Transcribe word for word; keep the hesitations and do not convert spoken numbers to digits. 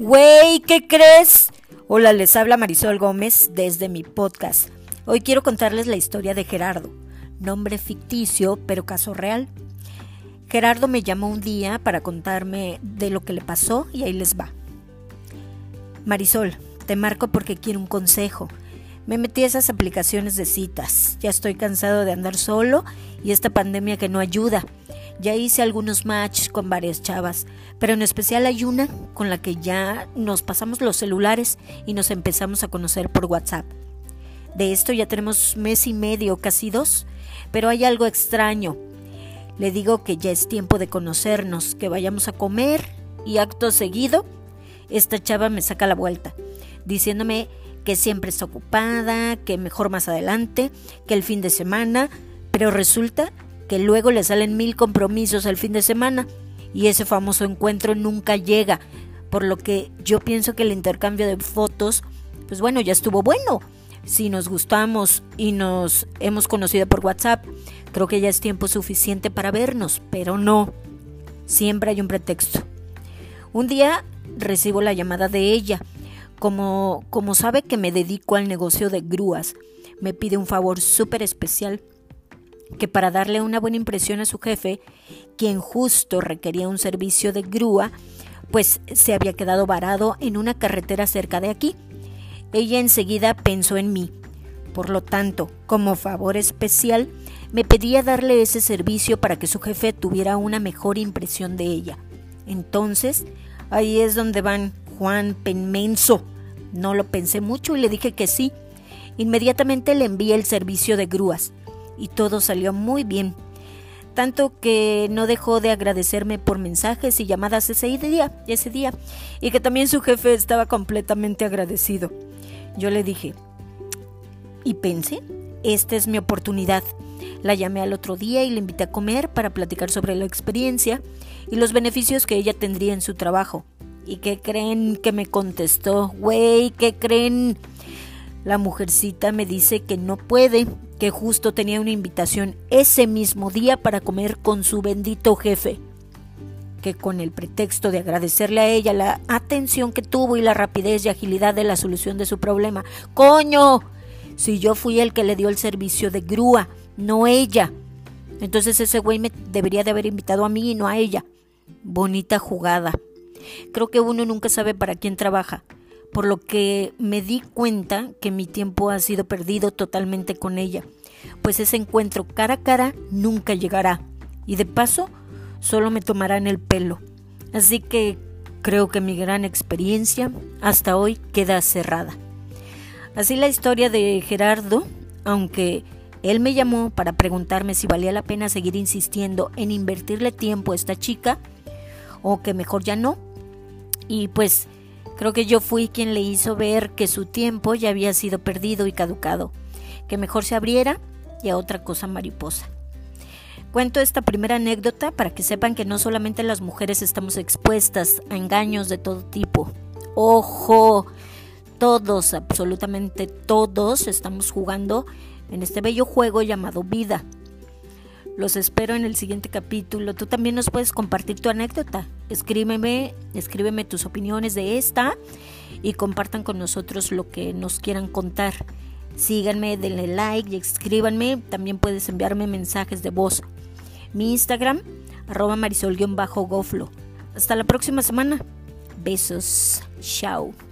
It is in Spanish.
Güey, ¿qué crees? Hola, les habla Marisol Gómez desde mi podcast. Hoy quiero contarles la historia de Gerardo, nombre ficticio pero caso real. Gerardo me llamó un día para contarme de lo que le pasó y ahí les va. Marisol, te marco porque quiero un consejo. Me metí a esas aplicaciones de citas. Ya estoy cansado de andar solo y esta pandemia que no ayuda. Ya hice algunos matches con varias chavas, pero en especial hay una con la que ya nos pasamos los celulares y nos empezamos a conocer por WhatsApp. De esto ya tenemos mes y medio, casi dos, pero hay algo extraño. Le digo que ya es tiempo de conocernos, que vayamos a comer y acto seguido, esta chava me saca la vuelta, diciéndome que siempre está ocupada, que mejor más adelante, que el fin de semana, pero resulta que luego le salen mil compromisos el fin de semana y ese famoso encuentro nunca llega, por lo que yo pienso que el intercambio de fotos, pues bueno, ya estuvo bueno. Si nos gustamos y nos hemos conocido por WhatsApp, creo que ya es tiempo suficiente para vernos, pero no, siempre hay un pretexto. Un día recibo la llamada de ella, como, como sabe que me dedico al negocio de grúas, me pide un favor súper especial, que para darle una buena impresión a su jefe, quien justo requería un servicio de grúa, pues se había quedado varado en una carretera cerca de aquí. Ella enseguida pensó en mí. Por lo tanto, como favor especial, me pedía darle ese servicio para que su jefe tuviera una mejor impresión de ella. Entonces, ahí es donde van Juan Penmenso. No lo pensé mucho y le dije que sí. Inmediatamente le envié el servicio de grúas. Y todo salió muy bien, tanto que no dejó de agradecerme por mensajes y llamadas ese día, ese día, y que también su jefe estaba completamente agradecido. Yo le dije, y pensé, esta es mi oportunidad. La llamé al otro día y la invité a comer para platicar sobre la experiencia y los beneficios que ella tendría en su trabajo. ¿Y qué creen que me contestó? Güey, ¿qué creen? La mujercita me dice que no puede, que justo tenía una invitación ese mismo día para comer con su bendito jefe. Que con el pretexto de agradecerle a ella la atención que tuvo y la rapidez y agilidad de la solución de su problema. ¡Coño! Si yo fui el que le dio el servicio de grúa, no ella. Entonces ese güey me debería de haber invitado a mí y no a ella. Bonita jugada. Creo que uno nunca sabe para quién trabaja. Por lo que me di cuenta que mi tiempo ha sido perdido totalmente con ella, pues ese encuentro cara a cara nunca llegará y de paso solo me tomarán el pelo. Así que creo que mi gran experiencia hasta hoy queda cerrada. Así la historia de Gerardo, aunque él me llamó para preguntarme si valía la pena seguir insistiendo en invertirle tiempo a esta chica o que mejor ya no, y pues creo que yo fui quien le hizo ver que su tiempo ya había sido perdido y caducado, que mejor se abriera y a otra cosa mariposa. Cuento esta primera anécdota para que sepan que no solamente las mujeres estamos expuestas a engaños de todo tipo. ¡Ojo! Todos, absolutamente todos, estamos jugando en este bello juego llamado vida. Los espero en el siguiente capítulo. Tú también nos puedes compartir tu anécdota. Escríbeme, escríbeme tus opiniones de esta y compartan con nosotros lo que nos quieran contar. Síganme, denle like y escríbanme. También puedes enviarme mensajes de voz. Mi Instagram, arroba marisol-goflo. Hasta la próxima semana. Besos. Chao.